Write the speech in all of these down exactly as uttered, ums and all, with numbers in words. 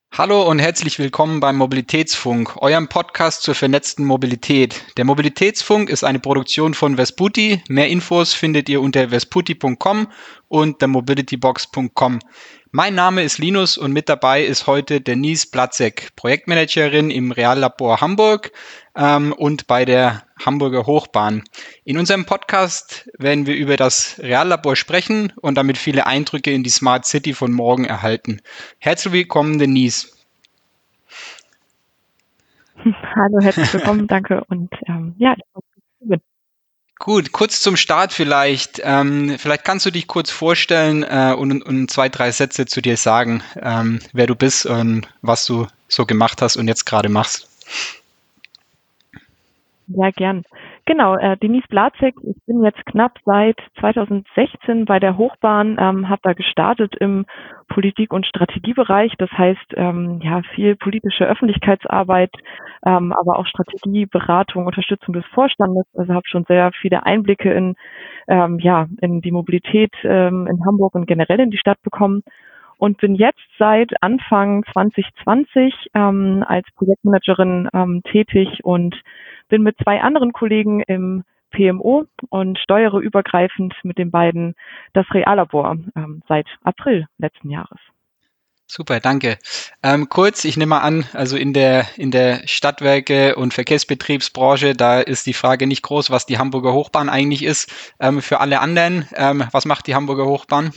Hallo und herzlich willkommen beim Mobilitätsfunk, eurem Podcast zur vernetzten Mobilität. Der Mobilitätsfunk ist eine Produktion von Vesputi. Mehr Infos findet ihr unter vesputi punkt com und der mobilitybox punkt com. Mein Name ist Linus und mit dabei ist heute Denise Platzek, Projektmanagerin im Reallabor Hamburg ähm, und bei der Hamburger Hochbahn. In unserem Podcast werden wir über das Reallabor sprechen und damit viele Eindrücke in die Smart City von morgen erhalten. Herzlich willkommen, Denise. Hallo, herzlich willkommen, danke und ähm, ja, ich bin. Gut, kurz zum Start vielleicht. Ähm, vielleicht kannst du dich kurz vorstellen äh, und, und zwei, drei Sätze zu dir sagen, ähm, wer du bist und was du so gemacht hast und jetzt gerade machst. Ja, gern. Genau, äh, Denise Blazek, ich bin jetzt knapp seit zweitausendsechzehn bei der Hochbahn, ähm, habe da gestartet im Politik- und Strategiebereich, das heißt ähm, ja viel politische Öffentlichkeitsarbeit, ähm, aber auch Strategie, Beratung, Unterstützung des Vorstandes. Also habe schon sehr viele Einblicke in ähm, ja in die Mobilität ähm, in Hamburg und generell in die Stadt bekommen. Und bin jetzt seit Anfang zwanzig zwanzig ähm, als Projektmanagerin ähm, tätig und bin mit zwei anderen Kollegen im P M O und steuere übergreifend mit den beiden das Reallabor ähm, seit April letzten Jahres. Super, danke. Ähm, kurz, ich nehme mal an, also in der, in der Stadtwerke- und Verkehrsbetriebsbranche, da ist die Frage nicht groß, was die Hamburger Hochbahn eigentlich ist. Ähm, für alle anderen, ähm, was macht die Hamburger Hochbahn?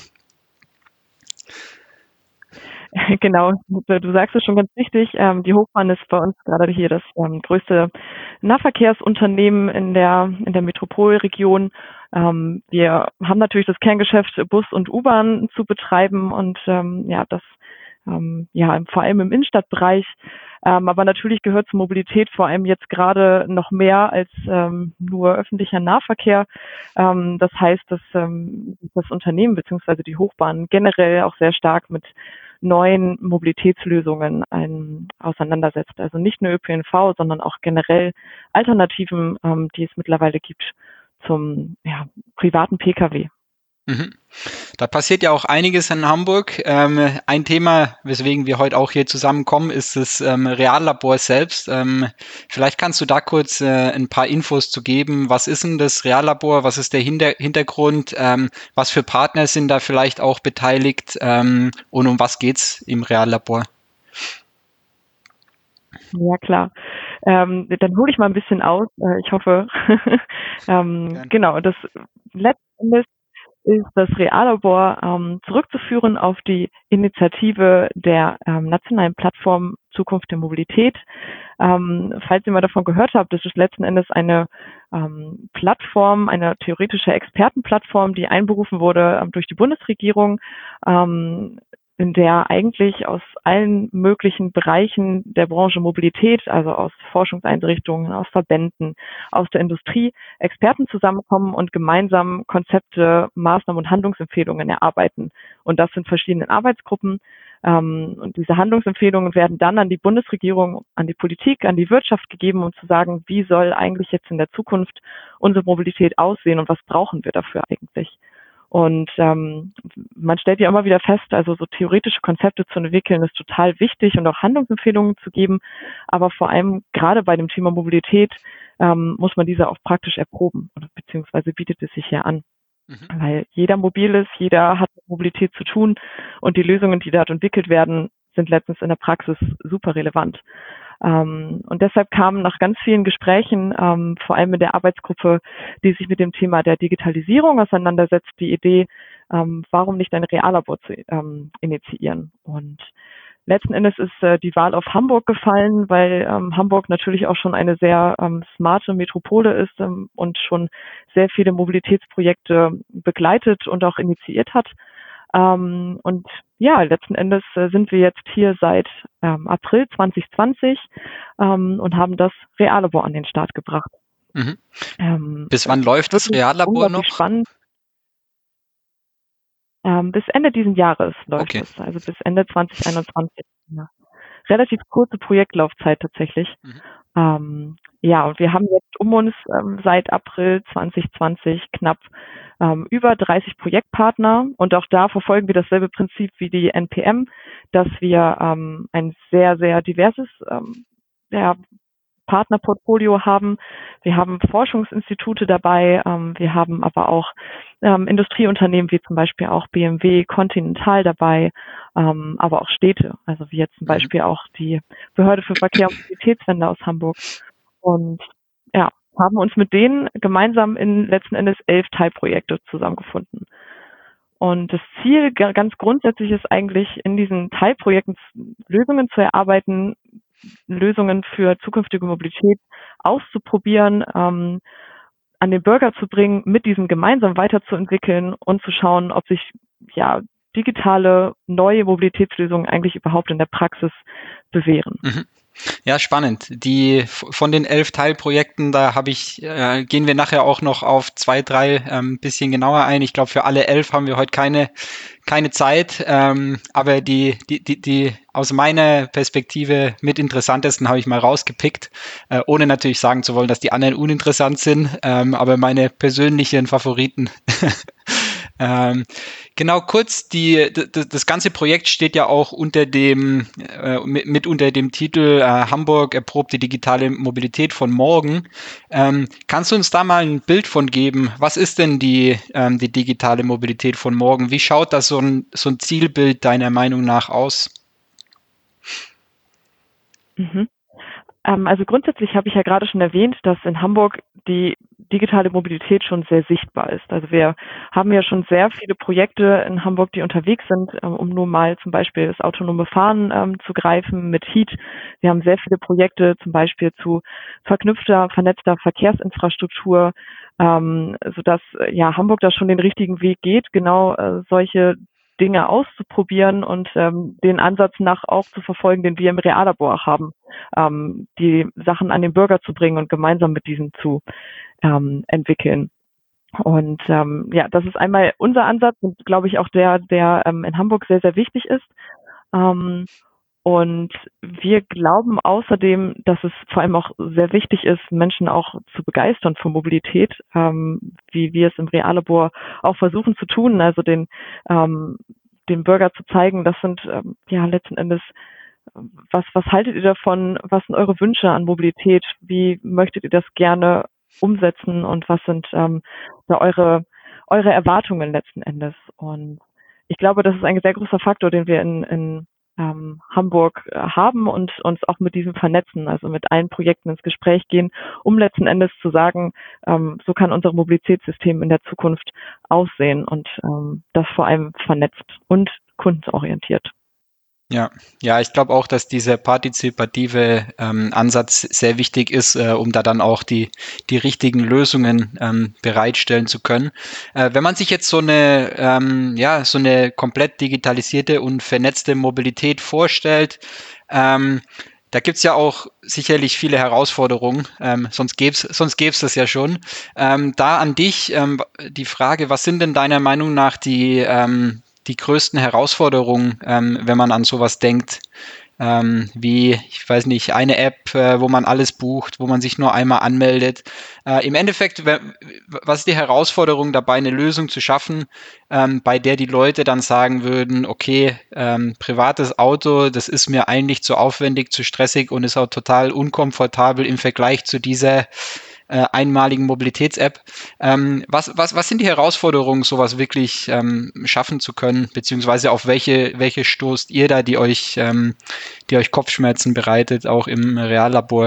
Genau, du sagst es schon ganz richtig. Ähm, die Hochbahn ist bei uns gerade hier das ähm, größte Nahverkehrsunternehmen in der, in der Metropolregion. Ähm, wir haben natürlich das Kerngeschäft, Bus und U-Bahn zu betreiben und ähm, ja, das ähm, ja vor allem im Innenstadtbereich. Ähm, aber natürlich gehört zur Mobilität vor allem jetzt gerade noch mehr als ähm, nur öffentlicher Nahverkehr. Ähm, das heißt, dass ähm, das Unternehmen beziehungsweise die Hochbahn generell auch sehr stark mit neuen Mobilitätslösungen ein, auseinandersetzt. Also nicht nur Ö P N V, sondern auch generell Alternativen, ähm, die es mittlerweile gibt zum ja, privaten Pkw. Mhm. Da passiert ja auch einiges in Hamburg. Ähm, ein Thema, weswegen wir heute auch hier zusammenkommen, ist das ähm, Reallabor selbst. Ähm, vielleicht kannst du da kurz äh, ein paar Infos zu geben. Was ist denn das Reallabor? Was ist der Hinter Hintergrund? Ähm, was für Partner sind da vielleicht auch beteiligt? Ähm, und um was geht's im Reallabor? Ja, klar. Ähm, dann hole ich mal ein bisschen aus. Äh, ich hoffe, ähm, Gern. genau, das letzten Endes ist das Reallabor ähm, zurückzuführen auf die Initiative der ähm, nationalen Plattform Zukunft der Mobilität. Ähm, falls ihr mal davon gehört habt, das ist letzten Endes eine ähm, Plattform, eine theoretische Expertenplattform, die einberufen wurde ähm, durch die Bundesregierung, ähm, in der eigentlich aus allen möglichen Bereichen der Branche Mobilität, also aus Forschungseinrichtungen, aus Verbänden, aus der Industrie, Experten zusammenkommen und gemeinsam Konzepte, Maßnahmen und Handlungsempfehlungen erarbeiten. Und das in verschiedenen Arbeitsgruppen. Ähm, und diese Handlungsempfehlungen werden dann an die Bundesregierung, an die Politik, an die Wirtschaft gegeben, um zu sagen, wie soll eigentlich jetzt in der Zukunft unsere Mobilität aussehen und was brauchen wir dafür eigentlich? Und ähm, man stellt ja immer wieder fest, also so theoretische Konzepte zu entwickeln, ist total wichtig und auch Handlungsempfehlungen zu geben. Aber vor allem gerade bei dem Thema Mobilität ähm, muss man diese auch praktisch erproben, oder beziehungsweise bietet es sich ja an. Mhm. Weil jeder mobil ist, jeder hat mit Mobilität zu tun und die Lösungen, die dort entwickelt werden, sind letztens in der Praxis super relevant. Ähm, und deshalb kam nach ganz vielen Gesprächen, ähm, vor allem in der Arbeitsgruppe, die sich mit dem Thema der Digitalisierung auseinandersetzt, die Idee, ähm, warum nicht ein Reallabor zu ähm, initiieren. Und letzten Endes ist äh, die Wahl auf Hamburg gefallen, weil ähm, Hamburg natürlich auch schon eine sehr ähm, smarte Metropole ist ähm, und schon sehr viele Mobilitätsprojekte begleitet und auch initiiert hat. Ähm, und ja, letzten Endes äh, sind wir jetzt hier seit ähm, April zwanzig zwanzig ähm, und haben das Reallabor an den Start gebracht. Mhm. Ähm, Bis es wann ist läuft das wirklich Reallabor unglaublich noch? spannend. Ähm, bis Ende diesen Jahres läuft Okay. es, also bis Ende zwanzig einundzwanzig. Ja. Relativ kurze Projektlaufzeit tatsächlich. Mhm. Ähm, ja, und wir haben jetzt um uns ähm, seit April zwanzig zwanzig knapp ähm, über dreißig Projektpartner und auch da verfolgen wir dasselbe Prinzip wie die N P M. dass wir ähm, ein sehr, sehr diverses ähm, ja, Partnerportfolio haben. Wir haben Forschungsinstitute dabei, ähm, wir haben aber auch ähm, Industrieunternehmen wie zum Beispiel auch B M W, Continental dabei, ähm, aber auch Städte, also wie jetzt zum Mhm. Beispiel auch die Behörde für Verkehr und Mobilitätswende aus Hamburg. Und ja, haben uns mit denen gemeinsam in letzten Endes elf Teilprojekte zusammengefunden. Und das Ziel ganz grundsätzlich ist eigentlich, in diesen Teilprojekten Lösungen zu erarbeiten, Lösungen für zukünftige Mobilität auszuprobieren, ähm, an den Bürger zu bringen, mit diesem gemeinsam weiterzuentwickeln und zu schauen, ob sich ja digitale neue Mobilitätslösungen eigentlich überhaupt in der Praxis bewähren. Mhm. Ja, spannend. Die von den elf Teilprojekten, da habe ich, äh, gehen wir nachher auch noch auf zwei, drei ähm, bisschen genauer ein. Ich glaube, für alle elf haben wir heute keine keine Zeit, ähm, aber die die die die aus meiner Perspektive mit interessantesten habe ich mal rausgepickt, äh, ohne natürlich sagen zu wollen, dass die anderen uninteressant sind, ähm, aber meine persönlichen Favoriten. ähm, Genau, kurz, die, das, das ganze Projekt steht ja auch unter dem, äh, mit, mit unter dem Titel äh, Hamburg erprobte digitale Mobilität von morgen. Ähm, kannst du uns da mal ein Bild von geben? Was ist denn die, ähm, die digitale Mobilität von morgen? Wie schaut das so ein, so ein Zielbild deiner Meinung nach aus? Mhm. Ähm, also grundsätzlich habe ich ja gerade schon erwähnt, dass in Hamburg die digitale Mobilität schon sehr sichtbar ist. Also wir haben ja schon sehr viele Projekte in Hamburg, die unterwegs sind, ähm, um nur mal zum Beispiel das autonome Fahren ähm, zu greifen mit Heat. Wir haben sehr viele Projekte zum Beispiel zu verknüpfter, vernetzter Verkehrsinfrastruktur, ähm, sodass äh, ja Hamburg da schon den richtigen Weg geht, genau äh, solche Dinge auszuprobieren und ähm, den Ansatz nach auch zu verfolgen, den wir im Reallabor haben, ähm, die Sachen an den Bürger zu bringen und gemeinsam mit diesen zu ähm, entwickeln. Und ähm, ja, das ist einmal unser Ansatz und glaube ich auch der, der ähm, in Hamburg sehr, sehr wichtig ist. Ähm, und wir glauben außerdem, dass es vor allem auch sehr wichtig ist, Menschen auch zu begeistern für Mobilität, ähm, wie wir es im Reallabor auch versuchen zu tun, also den, ähm, dem Bürger zu zeigen, das sind ähm, ja letzten Endes, was, was haltet ihr davon, was sind eure Wünsche an Mobilität, wie möchtet ihr das gerne umsetzen und was sind ähm, da eure, eure Erwartungen letzten Endes. Und ich glaube, das ist ein sehr großer Faktor, den wir in, in ähm, Hamburg äh, haben und uns auch mit diesem vernetzen, also mit allen Projekten ins Gespräch gehen, um letzten Endes zu sagen, ähm, so kann unser Mobilitätssystem in der Zukunft aussehen und ähm, das vor allem vernetzt und kundensorientiert. Ja, ja, ich glaube auch, dass dieser partizipative ähm, Ansatz sehr wichtig ist, äh, um da dann auch die, die richtigen Lösungen ähm, bereitstellen zu können. Äh, wenn man sich jetzt so eine, ähm, ja, so eine komplett digitalisierte und vernetzte Mobilität vorstellt, ähm, da gibt's ja auch sicherlich viele Herausforderungen, ähm, sonst gäb's, sonst gäb's das ja schon. Ähm, da an dich ähm, die Frage, was sind denn deiner Meinung nach die, ähm, die größten Herausforderungen, ähm, wenn man an sowas denkt? Ähm, wie, ich weiß nicht, eine App, äh, wo man alles bucht, wo man sich nur einmal anmeldet. Äh, Im Endeffekt, was ist die Herausforderung dabei, eine Lösung zu schaffen, ähm, bei der die Leute dann sagen würden, okay, ähm, privates Auto, das ist mir eigentlich zu aufwendig, zu stressig und ist auch total unkomfortabel im Vergleich zu dieser äh, einmaligen Mobilitäts-App. Ähm, was, was, was sind die Herausforderungen, sowas wirklich ähm, schaffen zu können, beziehungsweise auf welche, welche stoßt ihr da, die euch, ähm, die euch Kopfschmerzen bereitet, auch im Reallabor?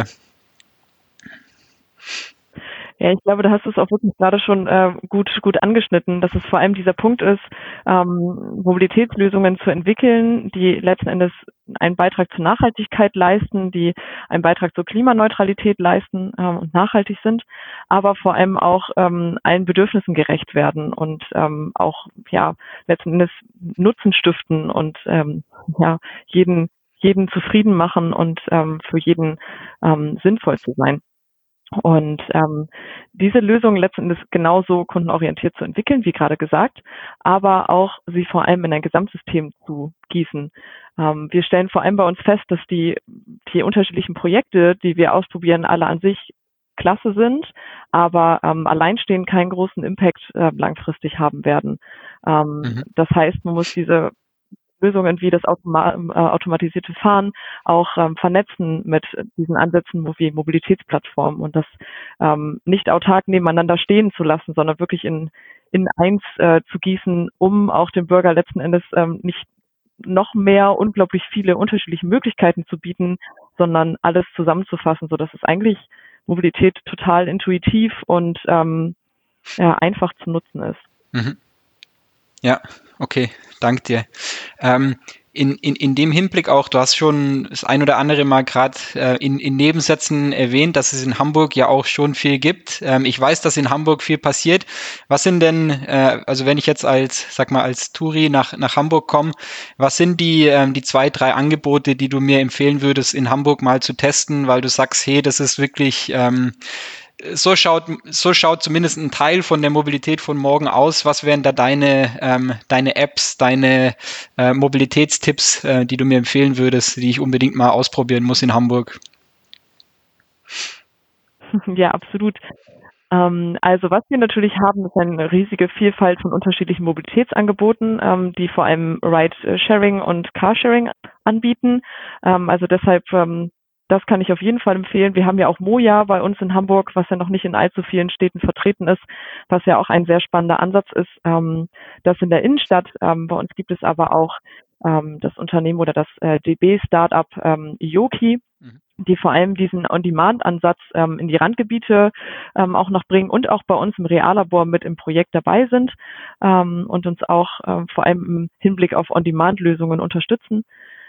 Ja, ich glaube, da hast du es auch wirklich gerade schon äh, gut, gut angeschnitten, dass es vor allem dieser Punkt ist, ähm, Mobilitätslösungen zu entwickeln, die letzten Endes einen Beitrag zur Nachhaltigkeit leisten, die einen Beitrag zur Klimaneutralität leisten ähm, und nachhaltig sind, aber vor allem auch ähm, allen Bedürfnissen gerecht werden und ähm, auch ja letzten Endes Nutzen stiften und ähm, ja jeden jeden zufrieden machen und ähm, für jeden ähm, sinnvoll zu sein. Und ähm, diese Lösung letzten Endes genauso kundenorientiert zu entwickeln, wie gerade gesagt, aber auch sie vor allem in ein Gesamtsystem zu gießen. Ähm, wir stellen vor allem bei uns fest, dass die, die unterschiedlichen Projekte, die wir ausprobieren, alle an sich klasse sind, aber ähm, alleinstehend keinen großen Impact äh, langfristig haben werden. Ähm, Mhm. das heißt, man muss diese Lösungen wie das Automa äh, automatisierte Fahren auch ähm, vernetzen mit diesen Ansätzen wie Mobilitätsplattformen und das ähm, nicht autark nebeneinander stehen zu lassen, sondern wirklich in, in eins äh, zu gießen, um auch dem Bürger letzten Endes ähm, nicht noch mehr unglaublich viele unterschiedliche Möglichkeiten zu bieten, sondern alles zusammenzufassen, sodass es eigentlich Mobilität total intuitiv und ähm, ja, einfach zu nutzen ist. Mhm. Ja, okay, danke dir. Ähm, in, in, in dem Hinblick auch, du hast schon das ein oder andere Mal gerade äh, in, in Nebensätzen erwähnt, dass es in Hamburg ja auch schon viel gibt. Ähm, ich weiß, dass in Hamburg viel passiert. Was sind denn, äh, also wenn ich jetzt als, sag mal, als Touri nach, nach Hamburg komme, was sind die, ähm, die zwei, drei Angebote, die du mir empfehlen würdest, in Hamburg mal zu testen, weil du sagst, hey, das ist wirklich, ähm, so schaut, so schaut zumindest ein Teil von der Mobilität von morgen aus. Was wären da deine, ähm, deine Apps, deine äh, Mobilitätstipps, äh, die du mir empfehlen würdest, die ich unbedingt mal ausprobieren muss in Hamburg? Ja, absolut. Ähm, also was wir natürlich haben, ist eine riesige Vielfalt von unterschiedlichen Mobilitätsangeboten, ähm, die vor allem Ride-Sharing und Carsharing anbieten. Ähm, also deshalb, ähm, das kann ich auf jeden Fall empfehlen. Wir haben ja auch Moja bei uns in Hamburg, was ja noch nicht in allzu vielen Städten vertreten ist, was ja auch ein sehr spannender Ansatz ist. Ähm, das in der Innenstadt. Ähm, bei uns gibt es aber auch ähm, das Unternehmen oder das äh, D B-Startup ähm, Yoki, Mhm. die vor allem diesen On-Demand-Ansatz ähm, in die Randgebiete ähm, auch noch bringen und auch bei uns im Reallabor mit im Projekt dabei sind ähm, und uns auch ähm, vor allem im Hinblick auf On-Demand-Lösungen unterstützen.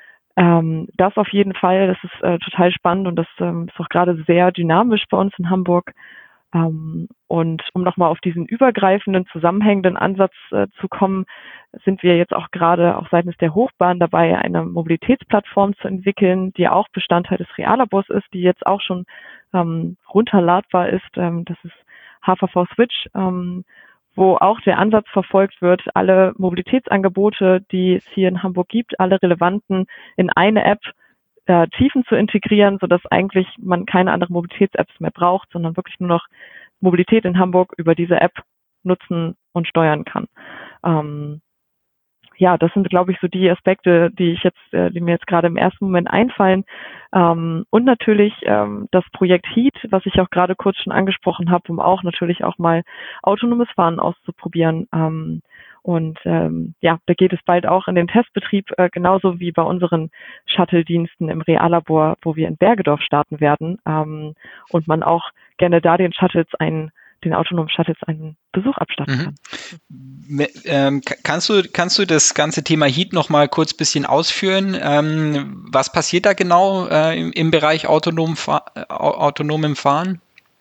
Ähm, das auf jeden Fall, das ist äh, total spannend und das ähm, ist auch gerade sehr dynamisch bei uns in Hamburg. Ähm, und um nochmal auf diesen übergreifenden, zusammenhängenden Ansatz äh, zu kommen, sind wir jetzt auch gerade auch seitens der Hochbahn dabei, eine Mobilitätsplattform zu entwickeln, die auch Bestandteil des Reallabors ist, die jetzt auch schon ähm, runterladbar ist. Ähm, das ist H V V Switch, ähm, wo auch der Ansatz verfolgt wird, alle Mobilitätsangebote, die es hier in Hamburg gibt, alle relevanten in eine App äh, Tiefen zu integrieren, sodass eigentlich man keine anderen Mobilitäts-Apps mehr braucht, sondern wirklich nur noch Mobilität in Hamburg über diese App nutzen und steuern kann. Ähm, ja, das sind, glaube ich, so die Aspekte, die ich jetzt, äh, die mir jetzt gerade im ersten Moment einfallen. Ähm, und natürlich ähm, das Projekt Heat, was ich auch gerade kurz schon angesprochen habe, um auch natürlich auch mal autonomes Fahren auszuprobieren. Ähm, und ähm, ja, da geht es bald auch in den Testbetrieb, äh, genauso wie bei unseren Shuttle-Diensten im Reallabor, wo wir in Bergedorf starten werden. Ähm, und man auch gerne da den Shuttles einen den autonomen Shuttles einen Besuch abstatten kann. Mhm. Ähm, kannst du, kannst du das ganze Thema Heat noch mal kurz ein bisschen ausführen? Ähm, was passiert da genau äh, im, im Bereich autonom Fahr autonomem Fahren?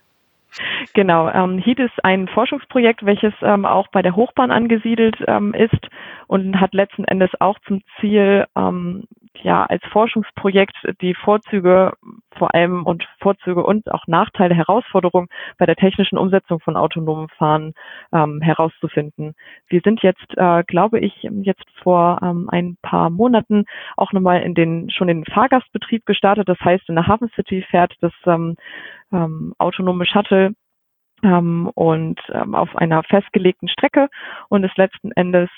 Genau, ähm, Heat ist ein Forschungsprojekt, welches ähm, auch bei der Hochbahn angesiedelt ähm, ist und hat letzten Endes auch zum Ziel, ähm, ja, als Forschungsprojekt die Vorzüge vor allem und Vorzüge und auch Nachteile, Herausforderungen bei der technischen Umsetzung von autonomem Fahren ähm, herauszufinden. Wir sind jetzt, äh, glaube ich, jetzt vor ähm, ein paar Monaten auch nochmal in den, schon in den Fahrgastbetrieb gestartet. Das heißt, in der Hafen City fährt das ähm, ähm, autonome Shuttle ähm, und ähm, auf einer festgelegten Strecke und ist letzten Endes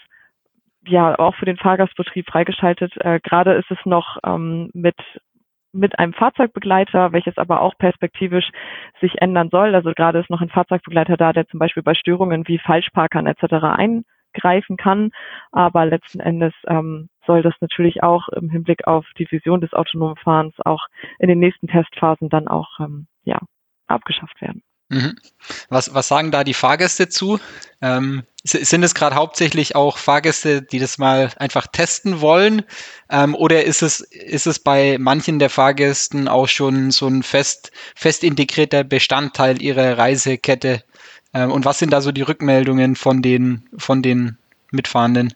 ja auch für den Fahrgastbetrieb freigeschaltet. Äh, gerade ist es noch ähm, mit mit einem Fahrzeugbegleiter, welches aber auch perspektivisch sich ändern soll. Also gerade ist noch ein Fahrzeugbegleiter da, der zum Beispiel bei Störungen wie Falschparkern et cetera eingreifen kann. Aber letzten Endes ähm, soll das natürlich auch im Hinblick auf die Vision des autonomen Fahrens auch in den nächsten Testphasen dann auch ähm, ja abgeschafft werden. Mhm. Was, was sagen da die Fahrgäste zu? Ähm, sind es gerade hauptsächlich auch Fahrgäste, die das mal einfach testen wollen? Ähm, oder ist es, ist es bei manchen der Fahrgästen auch schon so ein fest, fest integrierter Bestandteil ihrer Reisekette? Ähm, und was sind da so die Rückmeldungen von den, von den Mitfahrenden?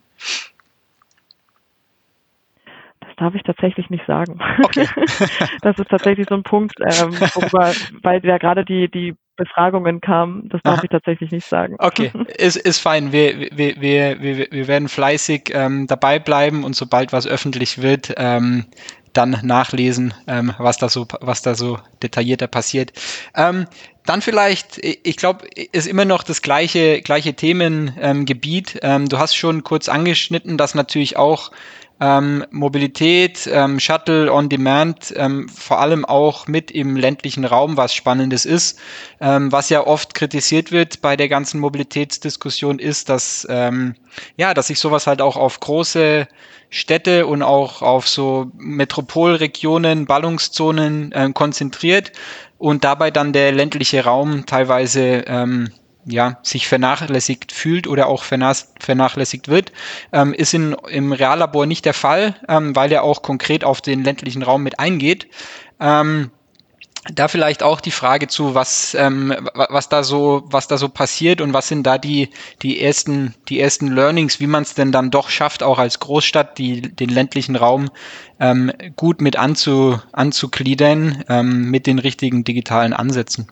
Das darf ich tatsächlich nicht sagen. Okay. Das ist tatsächlich so ein Punkt, ähm, worüber, weil ja gerade die, die Befragungen kamen, das darf Aha. ich tatsächlich nicht sagen. Okay, ist, ist fein. Wir, wir, wir, wir, wir werden fleißig ähm, dabei bleiben und sobald was öffentlich wird, ähm, dann nachlesen, ähm, was da so, was da so detaillierter passiert. Ähm, dann vielleicht, ich glaube, ist immer noch das gleiche, gleiche Themengebiet. Ähm, du hast schon kurz angeschnitten, dass natürlich auch ähm, Mobilität, ähm, Shuttle on Demand, ähm, vor allem auch mit im ländlichen Raum was Spannendes ist. Ähm, was ja oft kritisiert wird bei der ganzen Mobilitätsdiskussion ist, dass ähm, ja, dass sich sowas halt auch auf große Städte und auch auf so Metropolregionen, Ballungszonen äh, konzentriert und dabei dann der ländliche Raum teilweise ähm, ja, sich vernachlässigt fühlt oder auch vernachlässigt wird, ähm, ist in, im Reallabor nicht der Fall, ähm, weil er auch konkret auf den ländlichen Raum mit eingeht. Ähm, da vielleicht auch die Frage zu, was, ähm, was da so, was da so passiert und was sind da die, die ersten, die ersten Learnings, wie man es denn dann doch schafft, auch als Großstadt, die, den ländlichen Raum ähm, gut mit anzu, anzugliedern, ähm, mit den richtigen digitalen Ansätzen.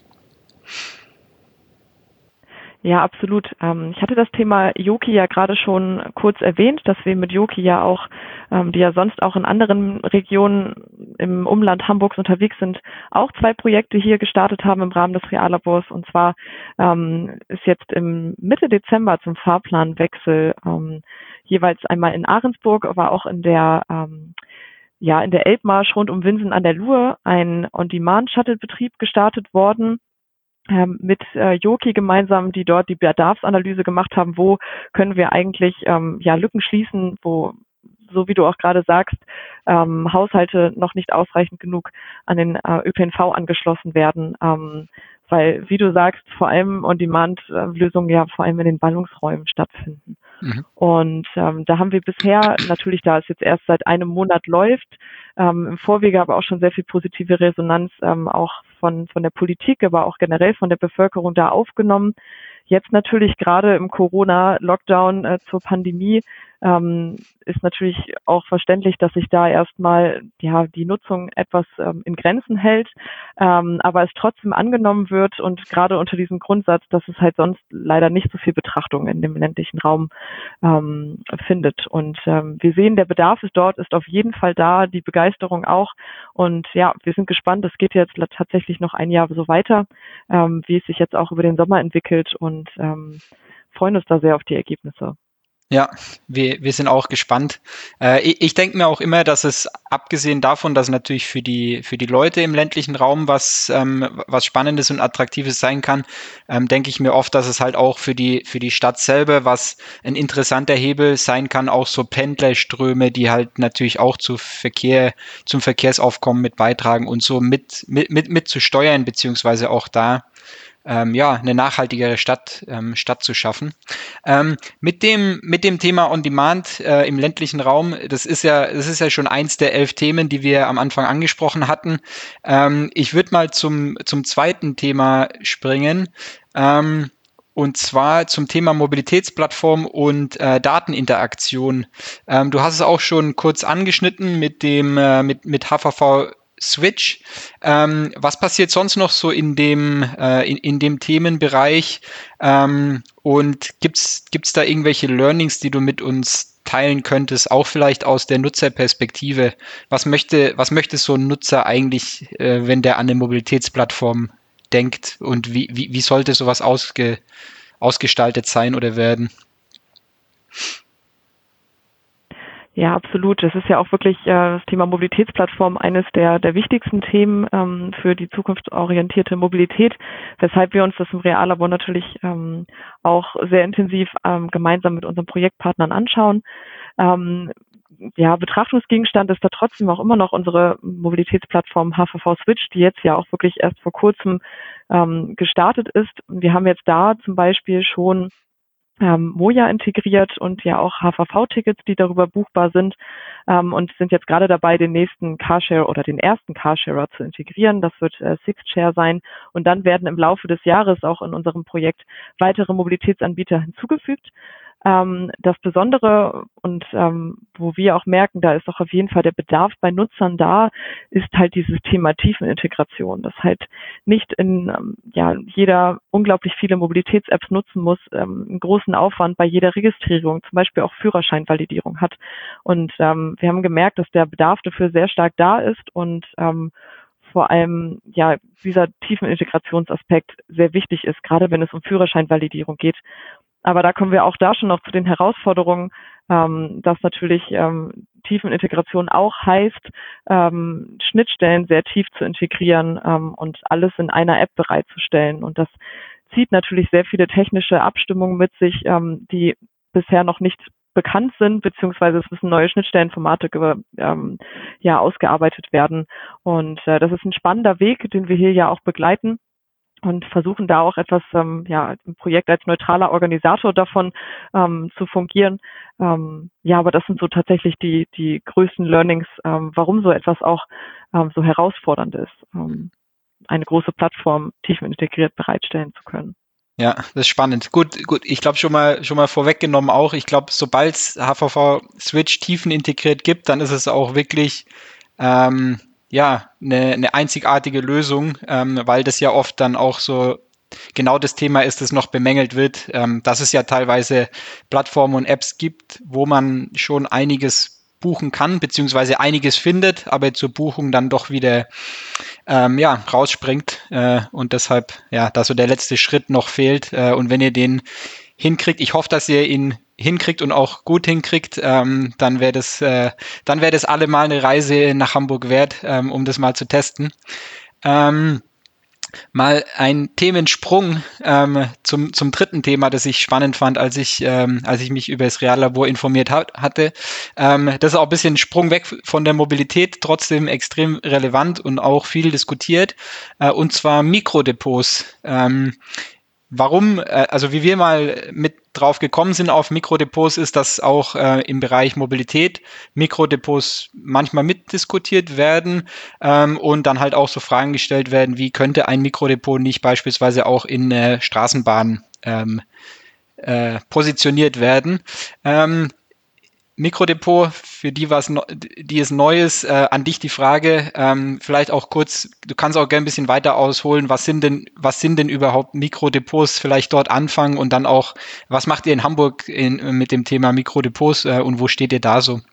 Ja, absolut. Ähm, ich hatte das Thema Yoki ja gerade schon kurz erwähnt, dass wir mit Yoki ja auch, ähm, die ja sonst auch in anderen Regionen im Umland Hamburgs unterwegs sind, auch zwei Projekte hier gestartet haben im Rahmen des Reallabors. Und zwar ähm, ist jetzt im Mitte Dezember zum Fahrplanwechsel ähm, jeweils einmal in Ahrensburg, aber auch in der ähm, ja in der Elbmarsch rund um Winsen an der Luhe ein On-Demand-Shuttle-Betrieb gestartet worden, ähm, mit äh, Yoki gemeinsam, die dort die Bedarfsanalyse gemacht haben, wo können wir eigentlich ähm, ja Lücken schließen, wo, so wie du auch gerade sagst, ähm, Haushalte noch nicht ausreichend genug an den äh, Ö P N V angeschlossen werden, ähm, weil, wie du sagst, vor allem On-Demand-Lösungen ja vor allem in den Ballungsräumen stattfinden. Mhm. Und ähm, da haben wir bisher natürlich, da es jetzt erst seit einem Monat läuft, ähm, im Vorwege aber auch schon sehr viel positive Resonanz ähm, auch von, von der Politik, aber auch generell von der Bevölkerung da aufgenommen. Jetzt natürlich gerade im Corona-Lockdown äh, zur Pandemie ähm, ist natürlich auch verständlich, dass sich da erstmal ja die Nutzung etwas ähm, in Grenzen hält, ähm, aber es trotzdem angenommen wird und gerade unter diesem Grundsatz, dass es halt sonst leider nicht so viel Betrachtung in dem ländlichen Raum ähm, findet. Und ähm, wir sehen, der Bedarf ist dort, ist auf jeden Fall da, die Begeisterung auch. Und ja, wir sind gespannt. Es geht jetzt tatsächlich noch ein Jahr so weiter, ähm, wie es sich jetzt auch über den Sommer entwickelt und ähm, freuen uns da sehr auf die Ergebnisse. Ja, wir, wir sind auch gespannt. Äh, ich ich denke mir auch immer, dass es abgesehen davon, dass natürlich für die, für die Leute im ländlichen Raum was, ähm, was Spannendes und Attraktives sein kann, ähm, denke ich mir oft, dass es halt auch für die, für die Stadt selber was ein interessanter Hebel sein kann, auch so Pendlerströme, die halt natürlich auch zu Verkehr, zum Verkehrsaufkommen mit beitragen und so mit, mit, mit, mit zu steuern, beziehungsweise auch da ähm, ja, eine nachhaltigere Stadt, ähm, Stadt zu schaffen. Ähm, mit dem, mit dem Thema On Demand äh, im ländlichen Raum, das ist ja, das ist ja schon eins der elf Themen, die wir am Anfang angesprochen hatten. Ähm, ich würde mal zum, zum zweiten Thema springen. Ähm, und zwar zum Thema Mobilitätsplattform und äh, Dateninteraktion. Ähm, du hast es auch schon kurz angeschnitten mit dem äh, mit mit H V V Switch. Ähm, was passiert sonst noch so in dem, äh, in, in dem Themenbereich? Ähm, und gibt's, gibt's da irgendwelche Learnings, die du mit uns teilen könntest, auch vielleicht aus der Nutzerperspektive? Was möchte, was möchte so ein Nutzer eigentlich, äh, wenn der an eine Mobilitätsplattform denkt? Und wie, wie, wie sollte sowas ausge, ausgestaltet sein oder werden? Ja, absolut. Das ist ja auch wirklich äh, das Thema Mobilitätsplattform eines der, der wichtigsten Themen ähm, für die zukunftsorientierte Mobilität, weshalb wir uns das im Reallabor natürlich ähm, auch sehr intensiv ähm, gemeinsam mit unseren Projektpartnern anschauen. Ähm, ja, Betrachtungsgegenstand ist da trotzdem auch immer noch unsere Mobilitätsplattform H V V Switch, die jetzt ja auch wirklich erst vor kurzem ähm, gestartet ist. Wir haben jetzt da zum Beispiel schon ähm, Moja integriert und ja auch H V V-Tickets, die darüber buchbar sind, ähm, und sind jetzt gerade dabei, den nächsten Carshare oder den ersten Carsharer zu integrieren. Das wird äh, Sixshare sein und dann werden im Laufe des Jahres auch in unserem Projekt weitere Mobilitätsanbieter hinzugefügt. Ähm, das Besondere und ähm, wo wir auch merken, da ist auch auf jeden Fall der Bedarf bei Nutzern da, ist halt dieses Thema Tiefenintegration, dass halt nicht in ähm, ja jeder unglaublich viele Mobilitäts-Apps nutzen muss, ähm, einen großen Aufwand bei jeder Registrierung, zum Beispiel auch Führerscheinvalidierung hat. Und ähm, wir haben gemerkt, dass der Bedarf dafür sehr stark da ist und ähm, vor allem ja dieser tiefen Integrationsaspekt sehr wichtig ist, gerade wenn es um Führerscheinvalidierung geht. aber da kommen wir auch da schon noch zu den Herausforderungen, ähm, dass natürlich ähm, Tiefenintegration auch heißt, ähm, Schnittstellen sehr tief zu integrieren ähm, und alles in einer App bereitzustellen. Und das zieht natürlich sehr viele technische Abstimmungen mit sich, ähm, die bisher noch nicht bekannt sind, beziehungsweise es müssen neue Schnittstellenformate ähm, ja ausgearbeitet werden. Und äh, das ist ein spannender Weg, den wir hier ja auch begleiten und versuchen da auch etwas ähm, ja im Projekt als neutraler Organisator davon ähm, zu fungieren. Ähm, ja, aber das sind so tatsächlich die die größten Learnings, ähm, warum so etwas auch ähm, so herausfordernd ist, ähm, eine große Plattform tiefenintegriert bereitstellen zu können. Ja, das ist spannend. Gut, gut. Ich glaube schon mal, schon mal vorweggenommen auch. Ich glaube, sobald es H V V Switch tiefenintegriert gibt, dann ist es auch wirklich ähm, ja eine, eine einzigartige Lösung, ähm, weil das ja oft dann auch so genau das Thema ist, das noch bemängelt wird, ähm, dass es ja teilweise Plattformen und Apps gibt, wo man schon einiges buchen kann, beziehungsweise einiges findet, aber zur Buchung dann doch wieder ähm, ja, rausspringt äh, und deshalb, ja, da so der letzte Schritt noch fehlt. Äh, und wenn ihr den hinkriegt, ich hoffe, dass ihr ihn hinkriegt und auch gut hinkriegt, ähm, dann wäre das, äh, dann wäre das alle mal eine Reise nach Hamburg wert, ähm, um das mal zu testen. Ähm, Mal ein Themensprung ähm, zum, zum dritten Thema, das ich spannend fand, als ich, ähm, als ich mich über das Reallabor informiert hat, hatte. Ähm, das ist auch ein bisschen ein Sprung weg von der Mobilität, trotzdem extrem relevant und auch viel diskutiert, äh, und zwar Mikrodepots. Ähm, Warum, äh, also wie wir mal mit drauf gekommen sind auf Mikrodepots, ist, dass auch äh, im Bereich Mobilität Mikrodepots manchmal mitdiskutiert werden, ähm, und dann halt auch so Fragen gestellt werden, wie könnte ein Mikrodepot nicht beispielsweise auch in äh, Straßenbahnen ähm, äh, positioniert werden. Ähm, Mikrodepot, für die was, die es Neues, äh, an dich die Frage, ähm, vielleicht auch kurz, du kannst auch gerne ein bisschen weiter ausholen, was sind denn, was sind denn überhaupt Mikrodepots, vielleicht dort anfangen und dann auch, was macht ihr in Hamburg in, mit dem Thema Mikrodepots äh, und wo steht ihr da so?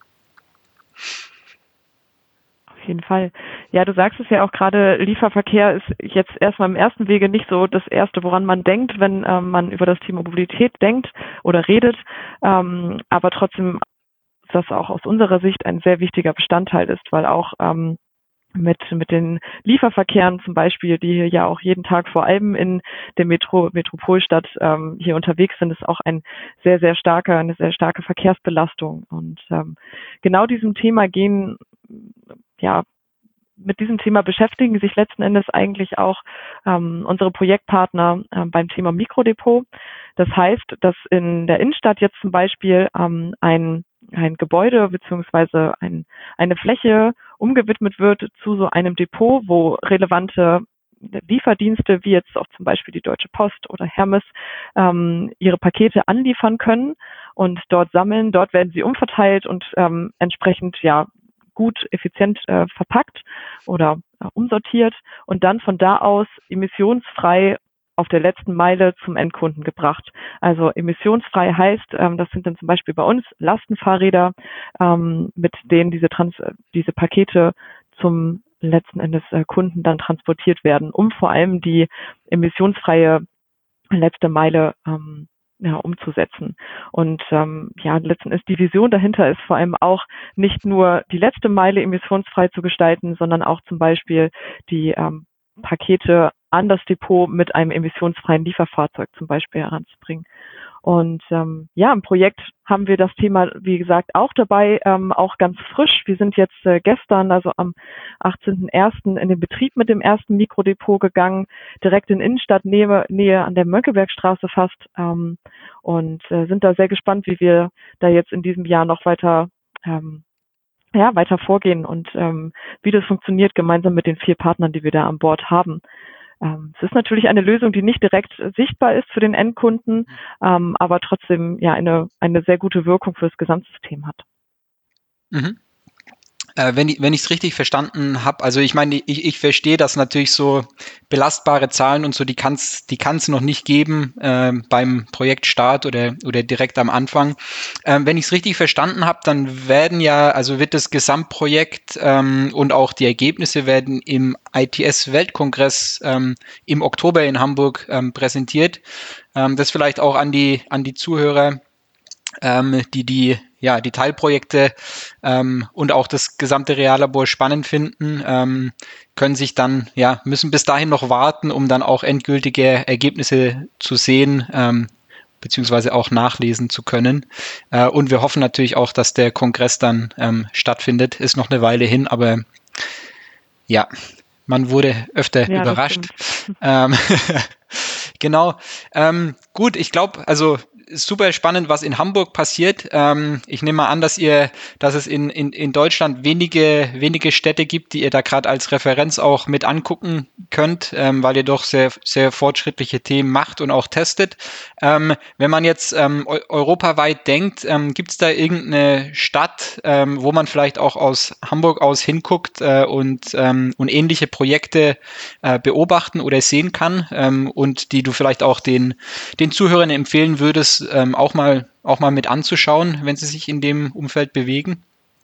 Auf jeden Fall. Ja, du sagst es ja auch gerade, Lieferverkehr ist jetzt erstmal im ersten Wege nicht so das Erste, woran man denkt, wenn ähm, man über das Thema Mobilität denkt oder redet, ähm, aber trotzdem das auch aus unserer Sicht ein sehr wichtiger Bestandteil ist, weil auch ähm, mit, mit den Lieferverkehren zum Beispiel, die hier ja auch jeden Tag vor allem in der Metro, Metropolstadt ähm, hier unterwegs sind, ist auch ein sehr, sehr starker, eine sehr starke Verkehrsbelastung. Und ähm, genau diesem Thema gehen, ja, mit diesem Thema beschäftigen sich letzten Endes eigentlich auch ähm, unsere Projektpartner äh, beim Thema Mikrodepot. Das heißt, dass in der Innenstadt jetzt zum Beispiel ähm, ein, ein Gebäude beziehungsweise ein, eine Fläche umgewidmet wird zu so einem Depot, wo relevante Lieferdienste wie jetzt auch zum Beispiel die Deutsche Post oder Hermes ähm, ihre Pakete anliefern können und dort sammeln. Dort werden sie umverteilt und ähm, entsprechend ja gut, effizient äh, verpackt oder äh, umsortiert und dann von da aus emissionsfrei auf der letzten Meile zum Endkunden gebracht. Also emissionsfrei heißt, ähm, das sind dann zum Beispiel bei uns Lastenfahrräder, ähm, mit denen diese, Trans diese Pakete zum letzten Endes äh, Kunden dann transportiert werden, um vor allem die emissionsfreie letzte Meile ähm, ja, umzusetzen. Und ähm, ja, letzten ist die Vision dahinter ist vor allem auch nicht nur die letzte Meile emissionsfrei zu gestalten, sondern auch zum Beispiel die ähm, Pakete an das Depot mit einem emissionsfreien Lieferfahrzeug zum Beispiel heranzubringen. Und ähm, ja, im Projekt haben wir das Thema, wie gesagt, auch dabei, ähm, auch ganz frisch. Wir sind jetzt äh, gestern, also am achtzehnten ersten in den Betrieb mit dem ersten Mikrodepot gegangen, direkt in Innenstadtnähe Nähe an der Mönckebergstraße fast, ähm, und äh, sind da sehr gespannt, wie wir da jetzt in diesem Jahr noch weiter ähm, ja, weiter vorgehen und ähm, wie das funktioniert gemeinsam mit den vier Partnern, die wir da an Bord haben. Ähm, es ist natürlich eine Lösung, die nicht direkt sichtbar ist für den Endkunden, ähm, aber trotzdem ja eine, eine sehr gute Wirkung für das Gesamtsystem hat. Mhm. Äh, wenn ich, wenn ich es richtig verstanden habe, also ich meine, ich, ich verstehe, dass natürlich so belastbare Zahlen und so, die kann es die kann's noch nicht geben äh, beim Projektstart oder, oder direkt am Anfang. Ähm, wenn ich es richtig verstanden habe, dann werden ja, also wird das Gesamtprojekt ähm, und auch die Ergebnisse werden im I T S-Weltkongress ähm, im Oktober in Hamburg ähm, präsentiert. Ähm, das vielleicht auch an die, an die Zuhörer, ähm, die die ja die Teilprojekte ähm, und auch das gesamte Reallabor spannend finden, ähm, können sich dann ja müssen bis dahin noch warten, um dann auch endgültige Ergebnisse zu sehen, ähm, beziehungsweise auch nachlesen zu können. Äh, und wir hoffen natürlich auch, dass der Kongress dann ähm, stattfindet. Ist noch eine Weile hin, aber ja, man wurde öfter Ja, das überrascht. stimmt. Ähm, genau. Ähm, gut, ich glaube, also super spannend, was in Hamburg passiert. Ähm, ich nehme mal an, dass ihr, dass es in, in, in Deutschland wenige, wenige Städte gibt, die ihr da gerade als Referenz auch mit angucken könnt, ähm, weil ihr doch sehr, sehr fortschrittliche Themen macht und auch testet. Ähm, wenn man jetzt ähm, eu europaweit denkt, ähm, gibt es da irgendeine Stadt, ähm, wo man vielleicht auch aus Hamburg aus hinguckt äh, und, ähm, und ähnliche Projekte äh, beobachten oder sehen kann ähm, und die du vielleicht auch den, den Zuhörern empfehlen würdest, ähm, auch mal auch mal mit anzuschauen, wenn sie sich in dem Umfeld bewegen?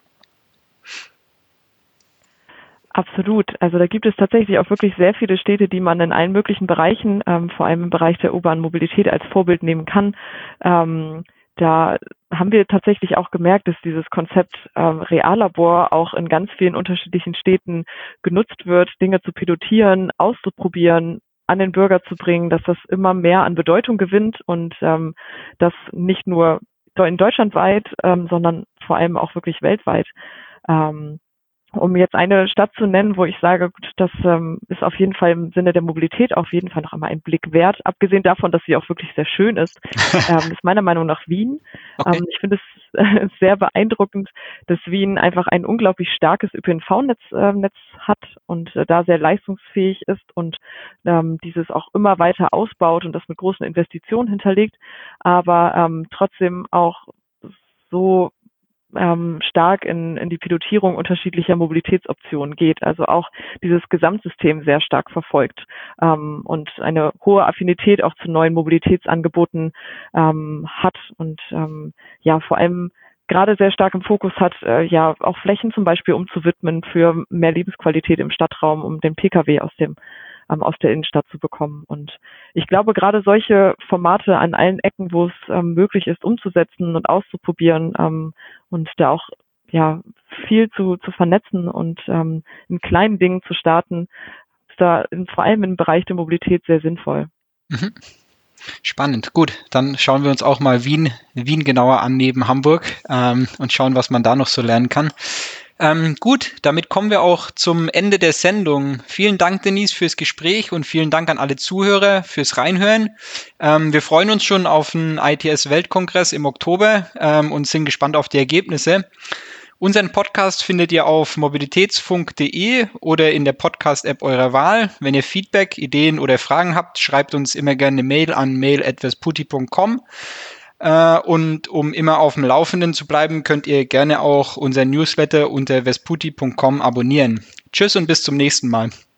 Absolut. Also da gibt es tatsächlich auch wirklich sehr viele Städte, die man in allen möglichen Bereichen, ähm, vor allem im Bereich der urbanen Mobilität als Vorbild nehmen kann. Ähm, da haben wir tatsächlich auch gemerkt, dass dieses Konzept ähm, Reallabor auch in ganz vielen unterschiedlichen Städten genutzt wird, Dinge zu pilotieren, auszuprobieren, an den Bürger zu bringen, dass das immer mehr an Bedeutung gewinnt und ähm, das nicht nur in Deutschland weit, ähm, sondern vor allem auch wirklich weltweit. Ähm, um jetzt eine Stadt zu nennen, wo ich sage, gut, das ähm, ist auf jeden Fall im Sinne der Mobilität auf jeden Fall noch einmal ein Blick wert, abgesehen davon, dass sie auch wirklich sehr schön ist, ähm, ist meiner Meinung nach Wien. Okay. Ähm, ich finde es äh, sehr beeindruckend, dass Wien einfach ein unglaublich starkes Ö P N V-Netz äh, Netz hat und äh, da sehr leistungsfähig ist und ähm, dieses auch immer weiter ausbaut und das mit großen Investitionen hinterlegt, aber ähm, trotzdem auch so ähm, stark in, in die Pilotierung unterschiedlicher Mobilitätsoptionen geht, also auch dieses Gesamtsystem sehr stark verfolgt ähm, und eine hohe Affinität auch zu neuen Mobilitätsangeboten ähm, hat und ähm, ja vor allem gerade sehr stark im Fokus hat, äh, ja auch Flächen zum Beispiel umzuwidmen für mehr Lebensqualität im Stadtraum, um den Pkw aus dem ähm, aus der Innenstadt zu bekommen. Und ich glaube, gerade solche Formate an allen Ecken, wo es ähm, möglich ist, umzusetzen und auszuprobieren ähm, und da auch ja viel zu, zu vernetzen und ähm, in kleinen Dingen zu starten, ist da in, vor allem im Bereich der Mobilität sehr sinnvoll. Mhm. Spannend. Gut, dann schauen wir uns auch mal Wien, Wien genauer an neben Hamburg ähm, und schauen, was man da noch so lernen kann. Ähm, gut, damit kommen wir auch zum Ende der Sendung. Vielen Dank, Denise, fürs Gespräch und vielen Dank an alle Zuhörer fürs Reinhören. Ähm, wir freuen uns schon auf den I T S-Weltkongress im Oktober ähm, und sind gespannt auf die Ergebnisse. Unseren Podcast findet ihr auf mobilitätsfunk punkt de oder in der Podcast-App eurer Wahl. Wenn ihr Feedback, Ideen oder Fragen habt, schreibt uns immer gerne eine Mail an mail at vesputi punkt com. Äh, und um immer auf dem Laufenden zu bleiben, könnt ihr gerne auch unseren Newsletter unter vesputi punkt com abonnieren. Tschüss und bis zum nächsten Mal.